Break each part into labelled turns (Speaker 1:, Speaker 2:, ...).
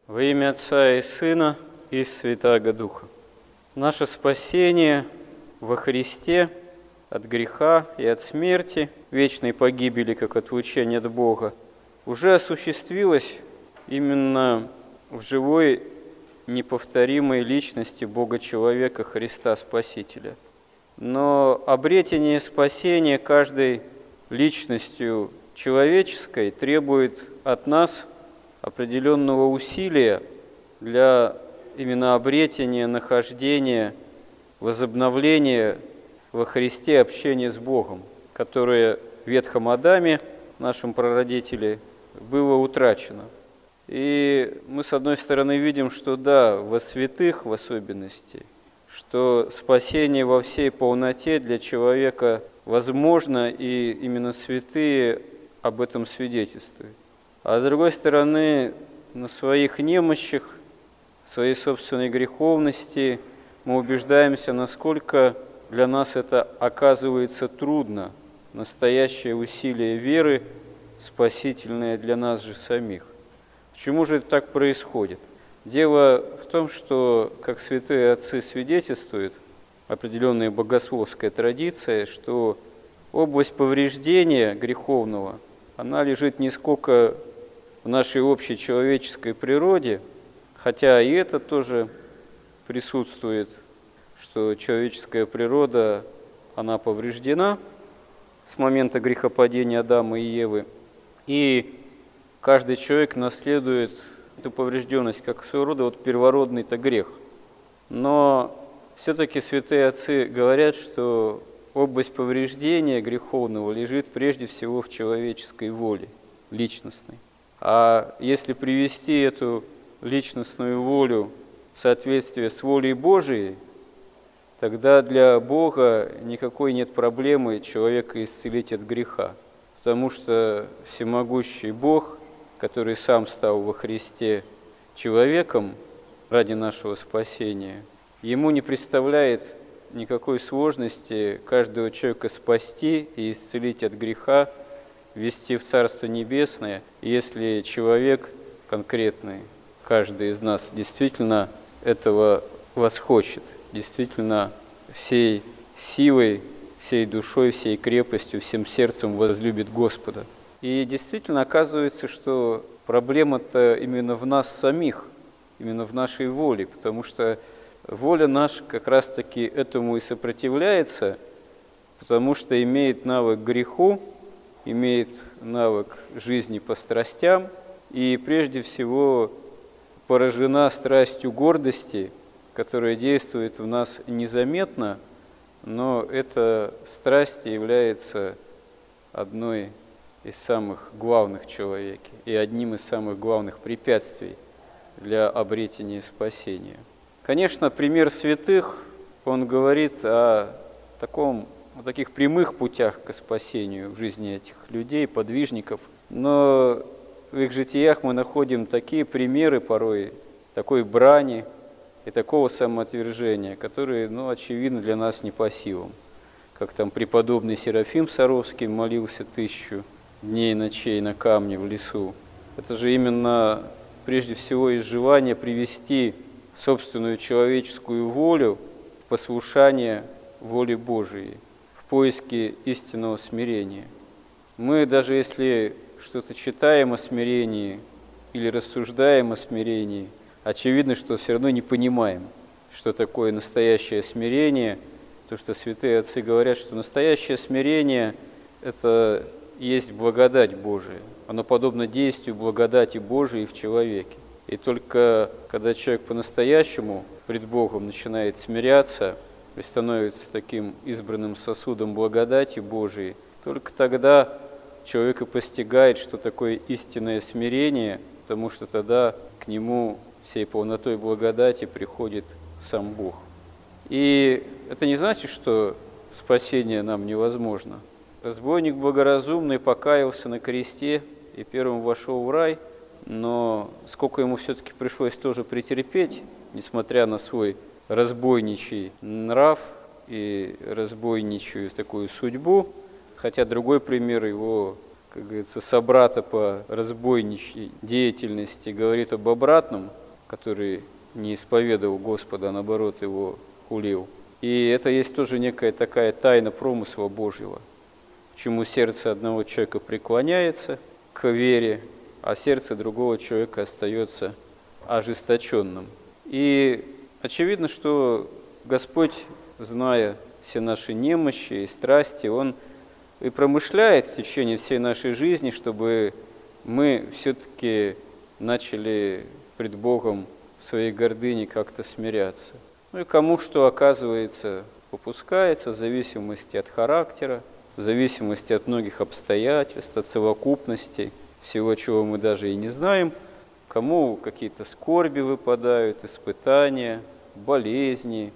Speaker 1: Во имя Отца и Сына и Святаго Духа. Наше спасение во Христе от греха и от смерти, вечной погибели, как отлучения от Бога, уже осуществилось именно в живой, неповторимой личности Бога-человека Христа Спасителя. Но обретение спасения каждой личностью человеческой требует от нас определенного усилия для именно обретения, нахождения, возобновления во Христе общения с Богом, которое в Ветхом Адаме, нашем прародителе, было утрачено. И мы, с одной стороны, видим, что да, во святых в особенности, что спасение во всей полноте для человека возможно, и именно святые об этом свидетельствуют. А с другой стороны, на своих немощах, своей собственной греховности мы убеждаемся, насколько для нас это оказывается трудно, настоящее усилие веры, спасительное для нас же самих. Почему же это так происходит? Дело в том, что, как святые отцы свидетельствуют, определенная богословская традиция, что область повреждения греховного, она лежит не сколько в нашей общей человеческой природе, хотя и это тоже присутствует, что человеческая природа, она повреждена с момента грехопадения Адама и Евы, и каждый человек наследует эту поврежденность как своего рода первородный-то грех. Но все-таки святые отцы говорят, что область повреждения греховного лежит прежде всего в человеческой воле, личностной. А если привести эту личностную волю в соответствие с волей Божией, тогда для Бога никакой нет проблемы человека исцелить от греха, потому что всемогущий Бог, который сам стал во Христе человеком ради нашего спасения, ему не представляет никакой сложности каждого человека спасти и исцелить от греха, ввести в Царство Небесное, если человек конкретный, каждый из нас действительно этого восхочет, действительно всей силой, всей душой, всей крепостью, всем сердцем возлюбит Господа. И действительно оказывается, что проблема-то именно в нас самих, именно в нашей воле, потому что воля наша как раз-таки этому и сопротивляется, потому что имеет навык к греху, имеет навык жизни по страстям и прежде всего поражена страстью гордости, которая действует в нас незаметно, но эта страсть является одной из самых главных в человеке и одним из самых главных препятствий для обретения спасения. Конечно, пример святых, он говорит о таких прямых путях к спасению в жизни этих людей, подвижников, но в их житиях мы находим такие примеры порой, такой брани и такого самоотвержения, которые, очевидно, для нас не по силам. Как там преподобный Серафим Саровский молился 1000 дней и ночей на камне в лесу. Это же именно прежде всего из желания привести собственную человеческую волю в послушание воле Божией, в поиске истинного смирения. Мы даже если что-то читаем о смирении или рассуждаем о смирении, очевидно, что все равно не понимаем, что такое настоящее смирение. То, что святые отцы говорят, что настоящее смирение – это есть благодать Божия. Оно подобно действию благодати Божией в человеке. И только когда человек по-настоящему пред Богом начинает смиряться и становится таким избранным сосудом благодати Божией, только тогда человек и постигает, что такое истинное смирение, потому что тогда к нему всей полнотой благодати приходит сам Бог. И это не значит, что спасение нам невозможно. Разбойник благоразумный покаялся на кресте и первым вошел в рай, но сколько ему все-таки пришлось тоже претерпеть, несмотря на свой разбойничий нрав и разбойничью такую судьбу, хотя другой пример его как говорится, собрата по разбойничьей деятельности говорит об обратном, который не исповедовал Господа, а наоборот его хулил. И это есть тоже некая такая тайна промысла Божьего, к чему сердце одного человека преклоняется к вере, а сердце другого человека остается ожесточенным. И очевидно, что Господь, зная все наши немощи и страсти, Он и промышляет в течение всей нашей жизни, чтобы мы все-таки начали пред Богом в своей гордыне как-то смиряться. Ну и кому что, оказывается, попускается в зависимости от характера, в зависимости от многих обстоятельств, от совокупности, всего, чего мы даже и не знаем, кому какие-то скорби выпадают, испытания, болезни,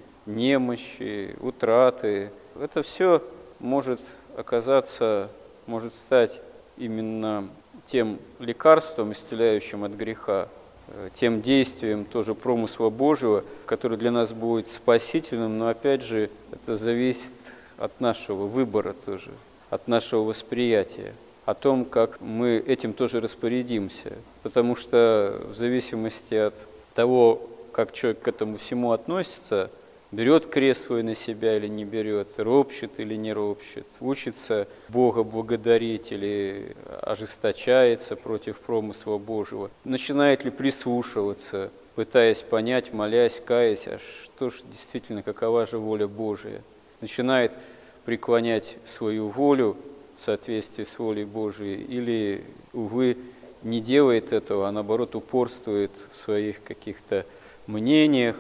Speaker 1: немощи, утраты. Это все может оказаться, может стать именно тем лекарством, исцеляющим от греха, тем действием тоже промысла Божьего, который для нас будет спасительным, но опять же это зависит от нашего выбора тоже, от нашего восприятия, о том, как мы этим тоже распорядимся. Потому что в зависимости от того, как человек к этому всему относится, берет крест свой на себя или не берет, ропщет или не ропщет, учится Бога благодарить или ожесточается против промысла Божьего, начинает ли прислушиваться, пытаясь понять, молясь, каясь, а что ж действительно, какова же воля Божия, начинает преклонять свою волю в соответствии с волей Божией или, увы, не делает этого, а наоборот упорствует в своих каких-то мнениях,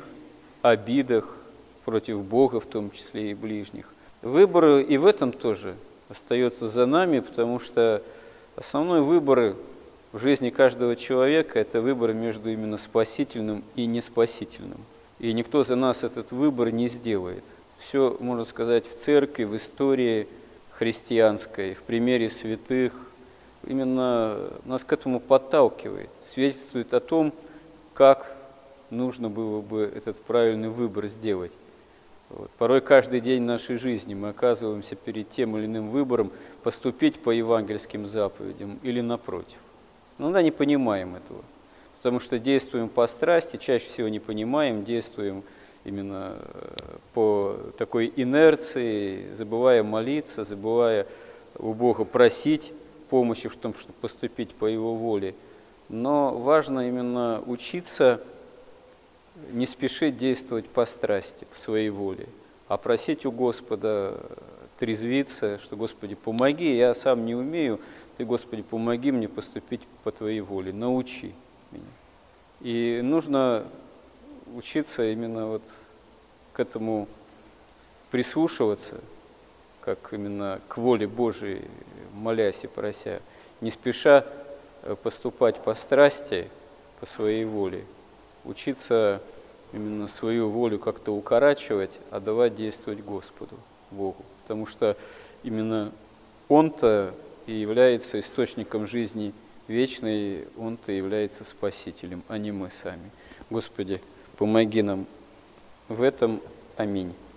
Speaker 1: обидах, против Бога, в том числе и ближних. Выбор и в этом тоже остается за нами, потому что основной выбор в жизни каждого человека – это выбор между именно спасительным и неспасительным. И никто за нас этот выбор не сделает. Все, можно сказать, в церкви, в истории христианской, в примере святых, именно нас к этому подталкивает, свидетельствует о том, как нужно было бы этот правильный выбор сделать. Порой каждый день нашей жизни мы оказываемся перед тем или иным выбором поступить по евангельским заповедям или напротив. Но иногда не понимаем этого, потому что действуем по страсти, чаще всего не понимаем, действуем именно по такой инерции, забывая молиться, забывая у Бога просить помощи в том, чтобы поступить по Его воле. Но важно именно учиться не спешить действовать по страсти, по своей воле, а просить у Господа трезвиться, что, Господи, помоги, я сам не умею, Ты, Господи, помоги мне поступить по Твоей воле, научи меня. И нужно учиться именно вот к этому прислушиваться, как именно к воле Божией, молясь и прося, не спеша поступать по страсти, по своей воле, учиться именно свою волю как-то укорачивать, а давать действовать Господу, Богу. Потому что именно Он-то и является источником жизни вечной, Он-то является Спасителем, а не мы сами. Господи, помоги нам в этом. Аминь.